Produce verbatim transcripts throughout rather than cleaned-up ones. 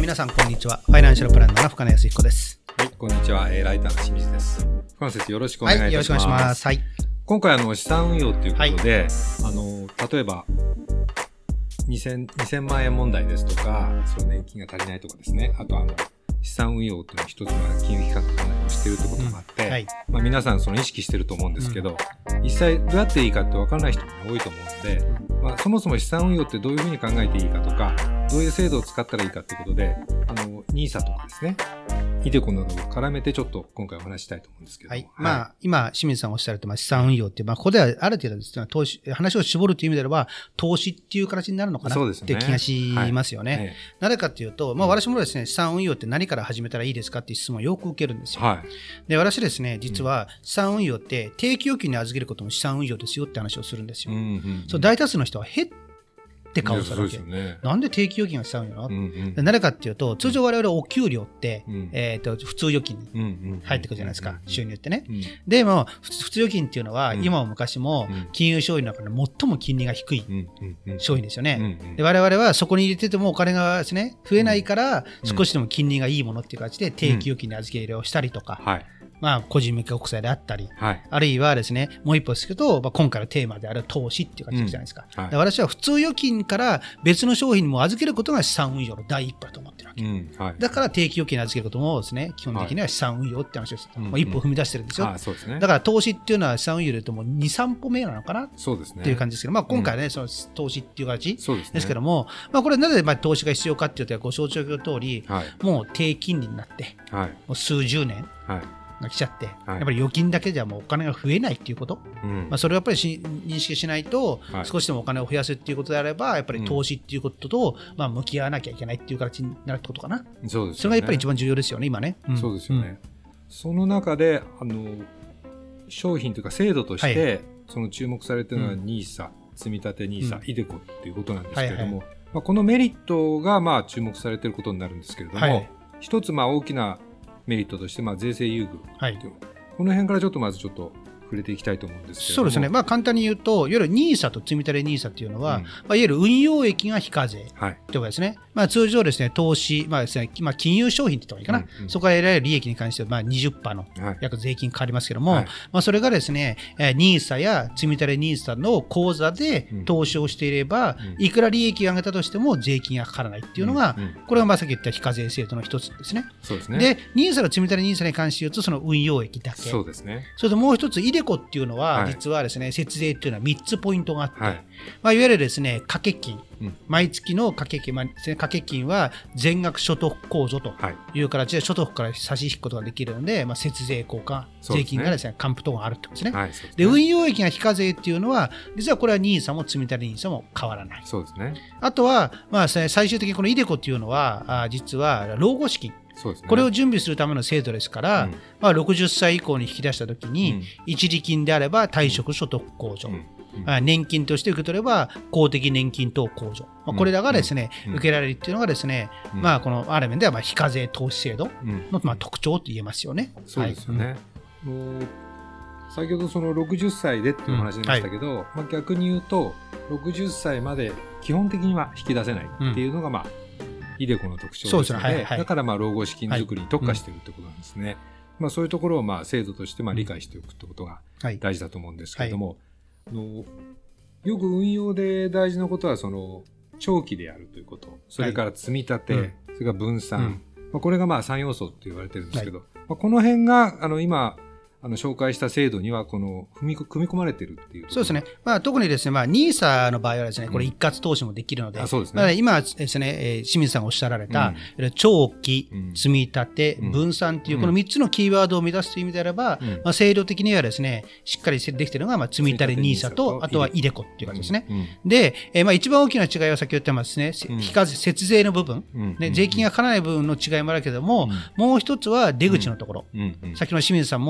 皆さんこんにちは。ファイナンシャルプランナーの深野康彦です。 はい、こんにちは。えー、ライターの清水です。深野先生、よろしくお願いいたします。はい、よろしくお願いします。はい、今回あの資産運用ということで、はい、あの例えばにせんまん円問題ですとか、その年金が足りないとかですね。あとあの資産運用というのは一つの金融機関とかをしているということもあって、うんはいまあ、皆さんその意識していると思うんですけど、うん、実際どうやっていいかって分からない人も多いと思うので、うんまあ、そもそも資産運用ってどういうふうに考えていいかとか、どういう制度を使ったらいいかということで、あの ニーサ とかですね、イデコなどを絡めてちょっと今回お話したいと思うんですけども、 はいはい、まあ今清水さんおっしゃると、まあ、資産運用って、まあ、ここではある程度ですね、投資話を絞るという意味であれば投資っていう形になるのかなって気がしますよね。はいはい、なぜかというと、まあ、私もですね、資産運用って何から始めたらいいですかっていう質問をよく受けるんですよ。はい、で私ですね、実は資産運用って定期預金に預けることも資産運用ですよって話をするんですよ。うんうんうん、そう大多数の人はへっって顔するわけ。ね、なんで定期預金がしちゃうんやろ、うんうん、なぜかっていうと、通常我々はお給料って、うん、えー、と普通預金に入ってくるじゃないですか、うんうん、収入ってね、うん、でも普通預金っていうのは、うん、今も昔も金融商品の中で最も金利が低い商品ですよね、うんうん、で我々はそこに入れててもお金がですね増えないから、少しでも金利がいいものっていう形で定期預金に預け入れをしたりとか、うんはいまあ、個人向け国債であったり、はい、あるいはですね、もう一歩ですけど、まあ、今回のテーマである投資っていう感じじゃないですか。うんはい、で私は普通預金から別の商品にも預けることが資産運用の第一歩だと思ってるわけ。うんはい、だから定期預金に預けることもですね、基本的には資産運用って話をして、はいまあ、一歩踏み出してるんですよ。うんうんそうですね、だから投資っていうのは資産運用で言うともうに、さん歩目なのかなそうです、ね、っていう感じですけど、まあ、今回はね、うん、その投資っていう形ですけども、まあ、これなぜまあ投資が必要かっていうと、ご承知の通り、はい、もう低金利になって、はい、もう数十年、はいが来ちゃって、はい、やっぱり預金だけじゃもうお金が増えないっていうこと、うんまあ、それをやっぱりし認識しないと、はい、少しでもお金を増やすっていうことであればやっぱり投資っていうことと、うんまあ、向き合わなきゃいけないっていう形になるってことかな。そうですよね、それがやっぱり一番重要ですよね今ね、うん、そうですよね、うん、 その中であの商品というか制度として、はい、その注目されているのは ニーサ、うん、積立 ニーサ、うん、イデコっていうことなんですけれども、はいはいまあ、このメリットがまあ注目されていることになるんですけれども、はい、一つまあ大きなメリットとして、まあ、税制優遇、はい、この辺からちょっとまずちょっと触れていきたいと思うんですけれども。そうですね、まあ、簡単に言うといわゆる ニーサ と積立 ニーサ っていうのは、うんまあ、いわゆる運用益が非課税ということですね、はいまあ、通常ですね投資、まあですねまあ、金融商品って言った方がいいかな、うんうん、そこから得られる利益に関してはまあ にじゅっパーセント の約税金かかりますけども、はいまあ、それがですね ニーサ や積立 ニーサ の口座で投資をしていれば、うん、いくら利益を上げたとしても税金がかからないっていうのが、うんうん、これがまあさっき言った非課税制度の一つですね。そうですね。で ニーサ の積立 ニーサ に関して言うとその運用益だけ。そうですね。それともう一つイデコっていうのは、はい、実はですね節税っていうのはみっつポイントがあって、はいまあ、いわゆるですね掛け金、うん、毎月の掛け金、まあ、掛け金は全額所得控除という形で所得から差し引くことができるので、まあ、節税効果、税金がですね還付等があるってことですね。はい、そうですね。で運用益が非課税っていうのは実はこれは ニーサ も積立 ニーサ も変わらない。そうですね。あとは、まあ、最終的にこのイデコっていうのはあ実は老後資金そうですね、これを準備するための制度ですから、うんまあ、ろくじゅっさい以降に引き出したときに、うん、一時金であれば退職所得控除、うんうん、年金として受け取れば公的年金等控除、まあ、これらがですね、うん、受けられるっていうのがですね、うんまあ、このある面ではまあ非課税投資制度のまあ特徴と言えますよね。 うん、そうですよね、はい、もう先ほどそのろくじゅっさいでっていう話になりましたけど、うんはいまあ、逆に言うとろくじゅっさいまで基本的には引き出せないっていうのがまあ、うんイデコの特徴ですので、はいはい、だからまあ老後資金作りに特化しているということなんですね。はいうんまあ、そういうところをまあ制度としてまあ理解しておくということが大事だと思うんですけれども、はいはい、あのよく運用で大事なことはその長期でやるということ、それから積み立て、はい、それから分散、うんまあ、これがまあさん要素と言われてるんですけど、はいまあ、この辺があの今あの紹介した制度にはこの組み組み込まれているっていう。 そうですね。まあ特にですね、まあ ニーサ の場合はですね、これ一括投資もできるので、うん、あそうですね。まあ、今ですね、えー、清水さんがおっしゃられた、うん、長期、積み立て、うん、分散っていうこのみっつのキーワードを目指すという意味であれば、うんまあ、制度的にはですね、しっかりできているのがまあ積み立て ニーサ と、あとはイデコっていう感じですね。うんうん、で、えー、まあ一番大きな違いは先ほど言ってますね、うん、非課税節税の部分、うんね、税金がかからない部分の違いもあるけれども、うん、もう一つは出口のところ、うんうん、先ほど清水さんもおっしゃられ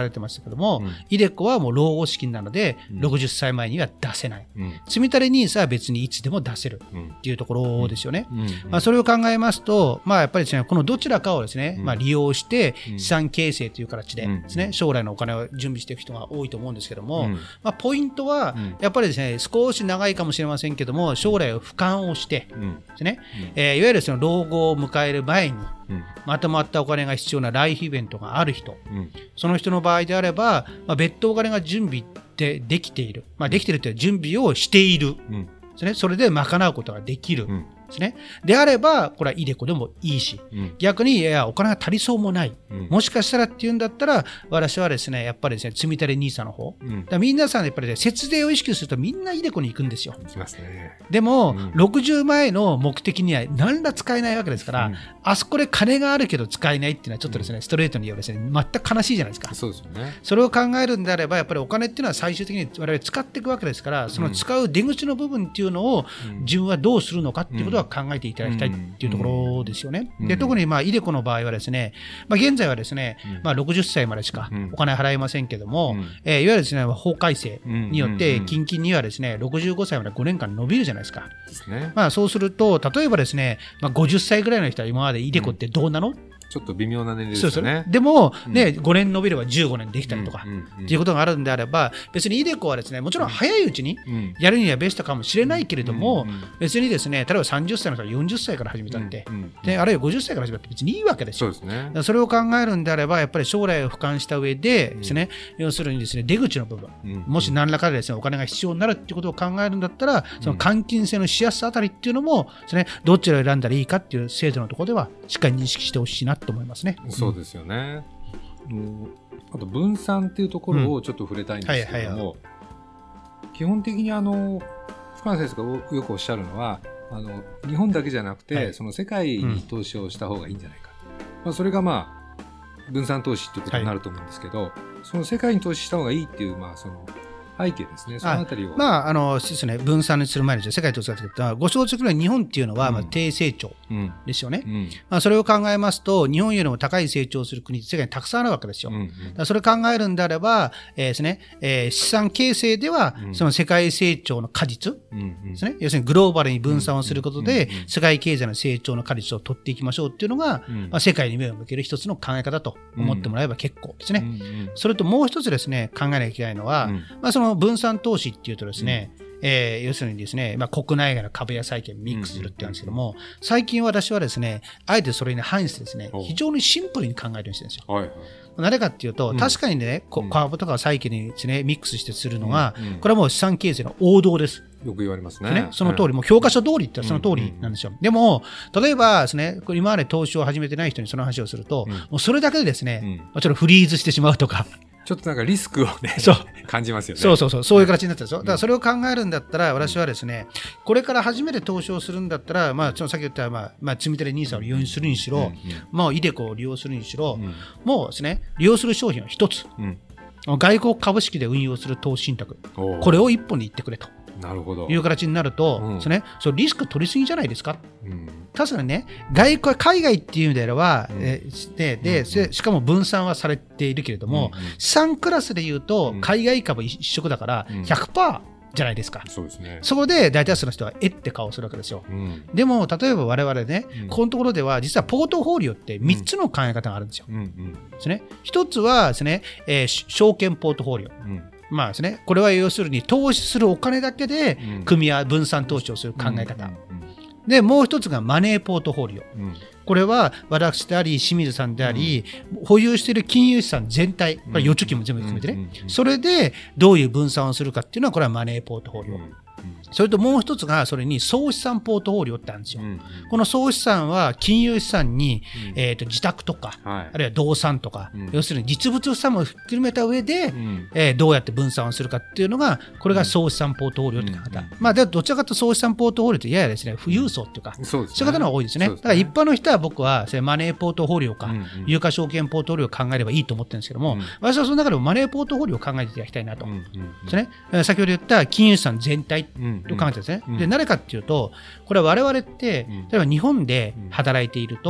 れてましたけども、うん、イデコはもう老後資金なので、うん、ろくじゅっさいまえには出せない。うん、積立 ニーサ は別にいつでも出せるっていうところですよね。うんうんまあ、それを考えますと、まあ、やっぱりですね、このどちらかをですね、うんまあ、利用して資産形成という形でですね、将来のお金を準備していく人が多いと思うんですけども、うんまあ、ポイントはやっぱりですね、少し長いかもしれませんけども、将来を俯瞰をしてですね、うんえー、いわゆるその老後を迎える前にまとまったお金が必要なライフイベントがある人、うん、その人の場合であれば、まあ、別途お金が準備でできている、まあ、できているという準備をしている、うんですね、それで賄うことができる、うんですね、であればこれはイデコでもいいし、うん、逆にいやお金が足りそうもない、うん、もしかしたらっていうんだったら私はですねやっぱりですね積み立て ニーサ の方、うん、だ皆さんやっぱり、ね、節税を意識するとみんなイデコに行くんですよ。 行きますね。 でも、うん、ろくじゅうまえの目的には何ら使えないわけですから、うん、あそこで金があるけど使えないっていうのはちょっとですね、うん、ストレートに言うですね全く悲しいじゃないですか。 そうですよね。 それを考えるんであればやっぱりお金っていうのは最終的に我々使っていくわけですから、その使う出口の部分っていうのを自分はどうするのかっていうことは考えていただきたいっていうところですよね。で特にまあイデコの場合はですね、まあ、現在はですね、まあ、ろくじゅっさいまでしかお金払えませんけども、えー、いわゆるですね法改正によって近々にはですねろくじゅうごさいまでごねんかん伸びるじゃないですか。ですね。まあそうすると例えばですね、まあ、ごじゅっさいぐらいの人は今までイデコってどうなの？ ちょっと微妙な年齢ですよね。そうそう。 でも、ねうん、ごねん伸びればじゅうごねんできたりとか、うんうんうん、っていうことがあるんであれば、別にイデコはですね、もちろん早いうちにやるにはベストかもしれないけれども、うんうんうん、別にですね、例えばさんじゅっさいの人はよんじゅっさいから始めたって、うんうん、であるいはごじゅっさいから始めたって別にいいわけですよ。そうですね。それを考えるんであれば、やっぱり将来を俯瞰した上でですね、うん、要するにですね、出口の部分、うんうん、もし何らかでですね、お金が必要になるっていうことを考えるんだったら、その換金性のしやすさあたりっていうのもですね、どちらを選んだらいいかっていう制度のところではしっかり認識してほしいなと思いますね。 そうですよね。うん、あと分散っていうところをちょっと触れたいんですけれども、うんはいはい、基本的にあの深野先生がよくおっしゃるのは、あの日本だけじゃなくて、はい、その世界に投資をした方がいいんじゃないか、うんまあ、それがまあ分散投資っていうことになると思うんですけど、はい、その世界に投資した方がいいっていう、まあその背景ですね。そのあたりを。 まあ、あの、ですね、分散にする前に世界投資家というと、ご承知のように日本っていうのは、うん、まあ、低成長ですよね。うんまあ、それを考えますと、日本よりも高い成長する国って世界にたくさんあるわけですよ。うんうん、だからそれを考えるんであれば、えー、ですね、えー、資産形成では、うん、その世界成長の果実ですね、うんうん。要するにグローバルに分散をすることで、うんうん、世界経済の成長の果実を取っていきましょうっていうのが、うんまあ、世界に目を向ける一つの考え方と思ってもらえば結構ですね。うんうん、それともう一つですね、考えなきゃいけないのは、うんまあ、その分散投資っていうとですね、うんえー、要するにですね、まあ、国内外の株や債券ミックスするって言うんですけども、うんうんうん、最近私はですね、あえてそれに反してですね、非常にシンプルに考えるようにしてるんですよ。はいはい、なぜかっていうと、うん、確かにね、うん、株とか債券にですね、ミックスしてするのが、うんうん、これはもう資産形成の王道です。 よく言われますね。ねその通り、もう教科書通りってその通りなんですよ。うんうん、でも、例えばですね、今まで投資を始めてない人にその話をすると、うん、もうそれだけでですね、うん、ちょっとフリーズしてしまうとか、 ちょっとなんかリスクをね、 そう感じますよね。 そうそうそう、そういう形になってるんですよ。だからそれを考えるんだったら、私はですね、これから初めて投資をするんだったら、まあ、そのさっき言った、まあ、まあ、積み立て ニーサ を利用するにしろ、うんうん、まあ、イデコを利用するにしろ、うん、もうですね、利用する商品は一つ、うん、外国株式で運用する投資信託、これを一本に言ってくれと。なるほど。いう形になると、うんですね、そのリスク取りすぎじゃないですか。うん、確かにね、外国海外っていう意味であれば、うん、えでで、うん、しかも分散はされているけれども、うんうん、資産クラスでいうと、海外株一色だから ひゃくパーセント、じゃないですか。そうですね。そこで大多数の人はえって顔をするわけですよ。うん、でも例えば我々ね、うん、このところでは実はポートフォリオってみっつの考え方があるんですよ。うんうん、ですね。一つはですね、えー、証券ポートフォリオ。うんまあですね、これは要するに投資するお金だけで組み合わ分散投資をする考え方、うんうんうんうん、でもう一つがマネーポートフォリオ、うん、これは私であり清水さんであり、うん、保有している金融資産全体、これ預貯金も全部含めてね、うんうんうんうん、それでどういう分散をするかっていうのはこれはマネーポートフォリオ、うんそれともう一つがそれに総資産ポートフォリオってあるんですよ、うんうん、この総資産は金融資産に、うんえー、と自宅とか、はい、あるいは動産とか、うん、要するに実物資産も含めた上で、うんえー、どうやって分散をするかっていうのがこれが総資産ポートフォリオって考え方、うんうん、まあでどちらかというと総資産ポートフォリオってややですね富裕層っていうか、うん、そうですね、そういう方の方が多いですね。だから一般の人は僕はマネーポートフォリオか、うんうん、有価証券ポートフォリオを考えればいいと思ってるんですけども、うん、私はその中でもマネーポートフォリオを考えていただきたいなと、うんうんうんですね、先ほど言った金融資産全体と考えてですね、うんうん、で何かっていうとこれは我々って例えば日本で働いていると、うんうん、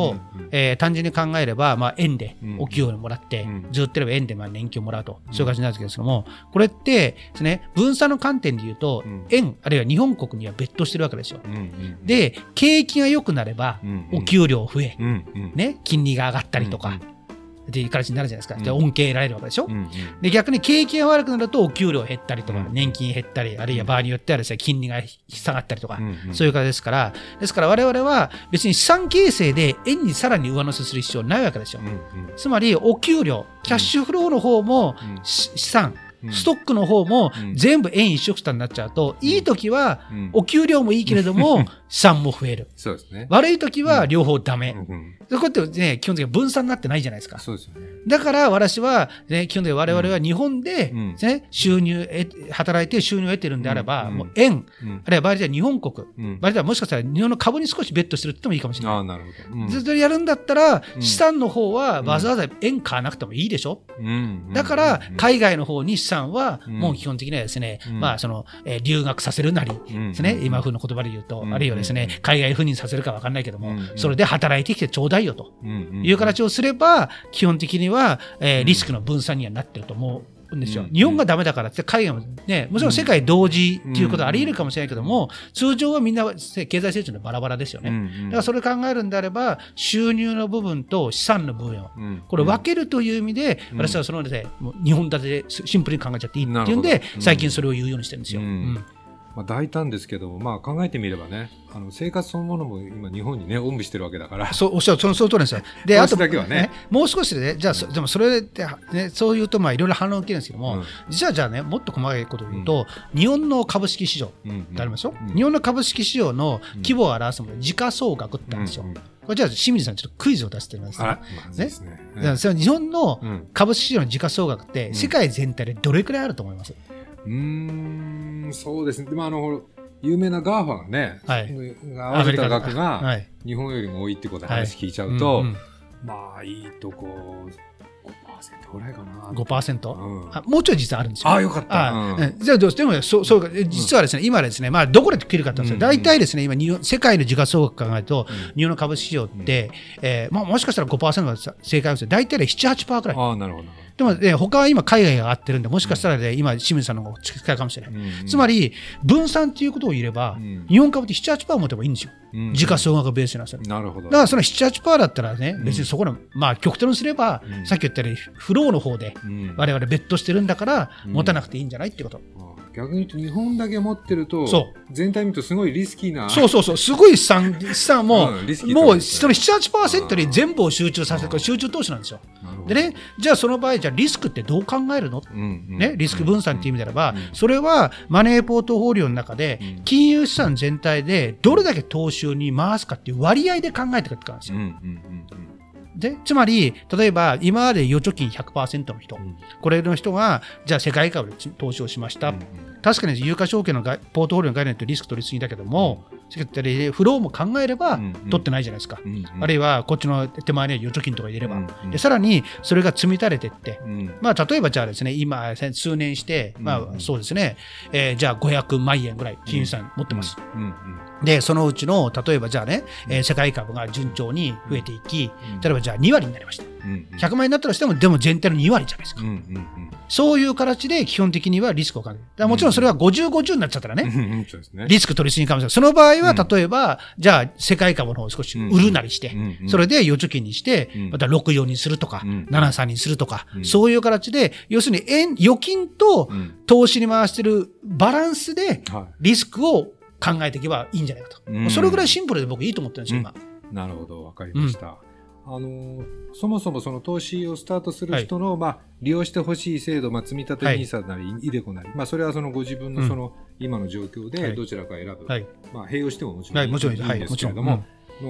えー、単純に考えれば、まあ、円でお給料をもらって、うん、ずっとやれば円でまあ年金をもらうと、そういう感じなんですけども、これってですね、分散の観点で言うと、うん、円、あるいは日本国には別途してるわけですよ。うんうんうん、で、景気が良くなれば、お給料増え、うんうん、ね、金利が上がったりとか、うんうんっていう形になるじゃないですか。で、恩恵得られるわけでしょ、うんうん、で、逆に景気が悪くなるとお給料減ったりとか、うん、年金減ったり、あるいは場合によってはですね、金利が下がったりとか、うんうん、そういう形ですから、ですから我々は別に資産形成で円にさらに上乗せする必要ないわけですよ。うんうん、つまり、お給料、キャッシュフローの方も資産、ストックの方も全部円一色単になっちゃうと、いい時はお給料もいいけれども資産も増える。そうですね。悪い時は両方ダメ。こうやってね、基本的に分散になってないじゃないですか。そうですよね。だから私は、ね、基本的に我々は日本で、ね、収入、働いて収入を得てるんであれば、もう円、あるいは場合では日本国、場合ではもしかしたら日本の株に少しベットしてるってもいいかもしれない。ああ、なるほど。ずっとやるんだったら、資産の方はわざわざ円買わなくてもいいでしょ。だから、海外の方に資産はもう基本的にはですね、うん、まあその、えー、留学させるなりですね、うん、今風の言葉で言うと、うん、あるいはですね、海外赴任させるか分かんないけども、うん、それで働いてきてちょうだいよという形をすれば、基本的には、えー、リスクの分散にはなってると思うんですよ。日本がダメだからって海外もね、もちろん世界同時っていうことはあり得るかもしれないけども、通常はみんな経済成長のバラバラですよね。だからそれを考えるんであれば、収入の部分と資産の部分をこれ分けるという意味で、私はそのでにほん立てでシンプルに考えちゃっていいっていうんで、最近それを言うようにしてるんですよ。 まあ、大胆ですけど、まあ、考えてみればね、あの生活そのものも今日本にねおんぶしてるわけだから。 そうおっしゃるそのその通りですよ。であとだけはね、ねもう少しでね、じゃあ、うん、でもそれで、ね、そういうとまあいろいろ反論を受けるんですけども、うん、実はじゃあねもっと細かいことを言うと、うん、日本の株式市場ってありますよ、うんうん、日本の株式市場の規模を表すもの時価総額ってあるんですよ。うんうん、これじゃあ清水さんちょっとクイズを出してみます、ね。ですね。ね、だから日本の株式市場の時価総額って世界全体でどれくらいあると思います？ うーん、そうですね。でもあの有名なガーファがね、はい、合わせた額が日本よりも多いってことで話聞いちゃうと、はいうんうん、まあいいとこごパーセント ぐらいかな。 ごパーセント、うん、あもうちょい実はあるんですよ。 ああよかった。 うん、じゃあどうしてもそうそう実はですね、今ですね、まあどこで切るかって言うんですよ。大体ですね、今日本世界の時価総額考えると、うん、日本の株式市場って、うんえーまあ、もしかしたら ごパーセント が正解ですよ。大体で なな、はちパーセント くらい。ああなるほど。でも、ね、他は今海外が上がってるんで、もしかしたら、ね、今清水さんの方が近いかもしれない、うんうん、つまり分散っていうことを言えば、うん、日本株って なな、はちパーセント 持てばいいんですよ、うん、時価総額ベースになる。なるほど。だからその なな、はちパーセント だったらね、別にそこの、まあ極端にすれば、うん、さっき言ったようにフローの方で我々ベットしてるんだから持たなくていいんじゃないってこと、うん逆に言うと日本だけ持ってると全体見るとすごいリスキーなそうそうそうすごい資産資産も、うん、もうその なな、はちパーセント に全部を集中させる集中投資なんですよ。でねじゃあその場合じゃあリスクってどう考えるの、うんうんね、リスク分散っていう意味であれば、うん、それはマネーポートフォリオの中で金融資産全体でどれだけ投資に回すかっていう割合で考えていくって感じですよ。うんうんうんでつまり例えば今まで預貯金 ひゃくパーセント の人、うん、これの人がじゃあ世界株で投資をしました、うんうん、確かに有価証券のポートフォリオの概念ってリスク取りすぎだけども、うんフローも考えれば取ってないじゃないですか、うんうん、あるいはこっちの手前に預貯金とか入れれば、うんうん、でさらにそれが積み立てていって、うんまあ、例えばじゃあですね今数年して、まあ、そうですね、えー、じゃあごひゃくまんえんぐらい金融資産持ってます、うんうんうんでそのうちの例えばじゃあね、えー、世界株が順調に増えていき、うん、例えばじゃあにわりになりました、うんうん、ひゃくまんえんだったとしてもでも全体のにわりじゃないですか、うんうんうん、そういう形で基本的にはリスクをかける。だからもちろんそれはごじゅうごじゅうになっちゃったらね、うんそうですねリスク取りすぎかもしれない。その場合は例えば、うん、じゃあ世界株の方を少し売るなりして、うんうん、それで預貯金にしてまたろくよんにするとか、うん、ななさんにするとか、うん、そういう形で要するに円預金と投資に回してるバランスでリスクを考えていけばいいんじゃないかと、うん、それぐらいシンプルで僕いいと思ってるんですよ、今、 うん、なるほどわかりました、うん、あのそもそもその投資をスタートする人の、はいまあ、利用してほしい制度、まあ、積み立て ニーサ なり、はい、イデコなり、まあ、それはそのご自分のその、うん、今の状況でどちらか選ぶ、はいまあ、併用してももちろんいいんですけれども、はいうん、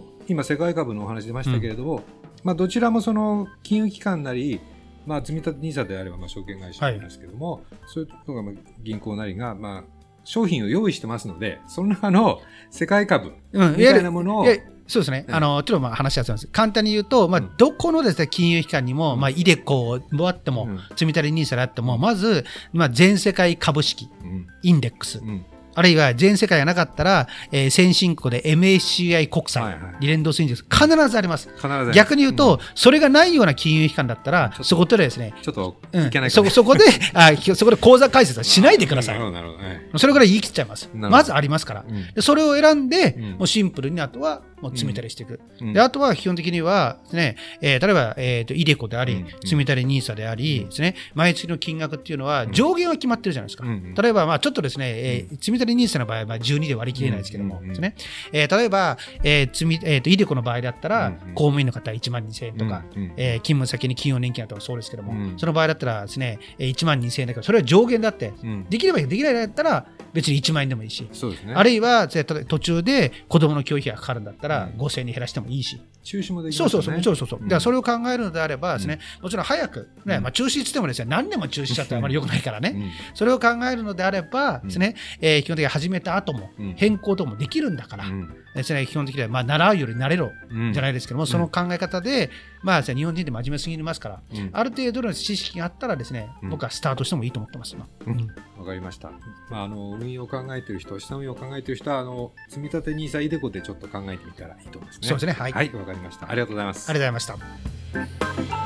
今世界株のお話出ましたけれども、うんまあ、どちらもその金融機関なりまあ、積み立て ニーサ であればまあ証券会社なんですけども、はい、そういうところが銀行なりがまあ商品を用意してますので、その中の世界株みたいなものを、うん、 そうですね、うん、あのちょっとまあ話し合ってます。簡単に言うと、まあ、どこのですね金融機関にも、まあ、イデコもあっても、うん、積み立て ニーサ であっても、まず、まあ、全世界株式、うん、インデックス、うん、あるいあるいは全世界がなかったら、えー、先進国で エムエスシーアイ 国債、はいはい、リレンドスインデックス必ずあります。必ず逆に言うと、うん、それがないような金融機関だったら、そことでですね、 ちょっといけないか、ね、うん、そ, そこであそこで口座開設はしないでください。 なるほどなるほど、はい、 それぐらい言い切っちゃいます。まずありますから、うん、でそれを選んで、うん、もうシンプルにあとはもう積み立てしていく、うん、であとは基本的にはですね、えー、例えば、えー、とイデコであり、うん、積み立てニーサでありですね、毎月の金額っていうのは上限は決まってるじゃないですか、うん、例えばまあちょっとですね、えー、積み立てニーサの場合はまあじゅうにで割り切れないですけども、うん、ですね、えー、例えば、えー積みえー、とイデコの場合だったら、うん、公務員の方はいちまんにせんえんとか、うん、えー、勤務先に企業年金だとかそうですけども、うん、その場合だったらですねいちまんにせんえんだからそれは上限だって、うん、できればいいできないだったら別にいちまんえんでもいいし、 そうですね、 あるいは途中で子どもの教育費がかかるんだったらごせんえんに減らしてもいいし、 中止もできますね。 そうそうそうそうそう、うん、だからそれを考えるのであればですね、うん、もちろん早く、ね、まあ、中止してもですね何年も中止しちゃったらあまり良くないからね、うん、それを考えるのであればですね、うん、えー、基本的に始めた後も変更ともできるんだから、うん、ですね、基本的にはまあ習うより慣れろじゃないですけども、うん、その考え方で、まあ、日本人って真面目すぎますから、うん、ある程度の知識があったらですね、うん、僕はスタートしてもいいと思ってます。わ、 うん、うん、かりました。まあ、あの運用を考えている人、資産運用を考えている人はあの積み立てニーサイデコでちょっと考えてみたらいいと思いますね。 そうですね。はい。 はい、わかりました。ありがとうございます。 ありがとうございました。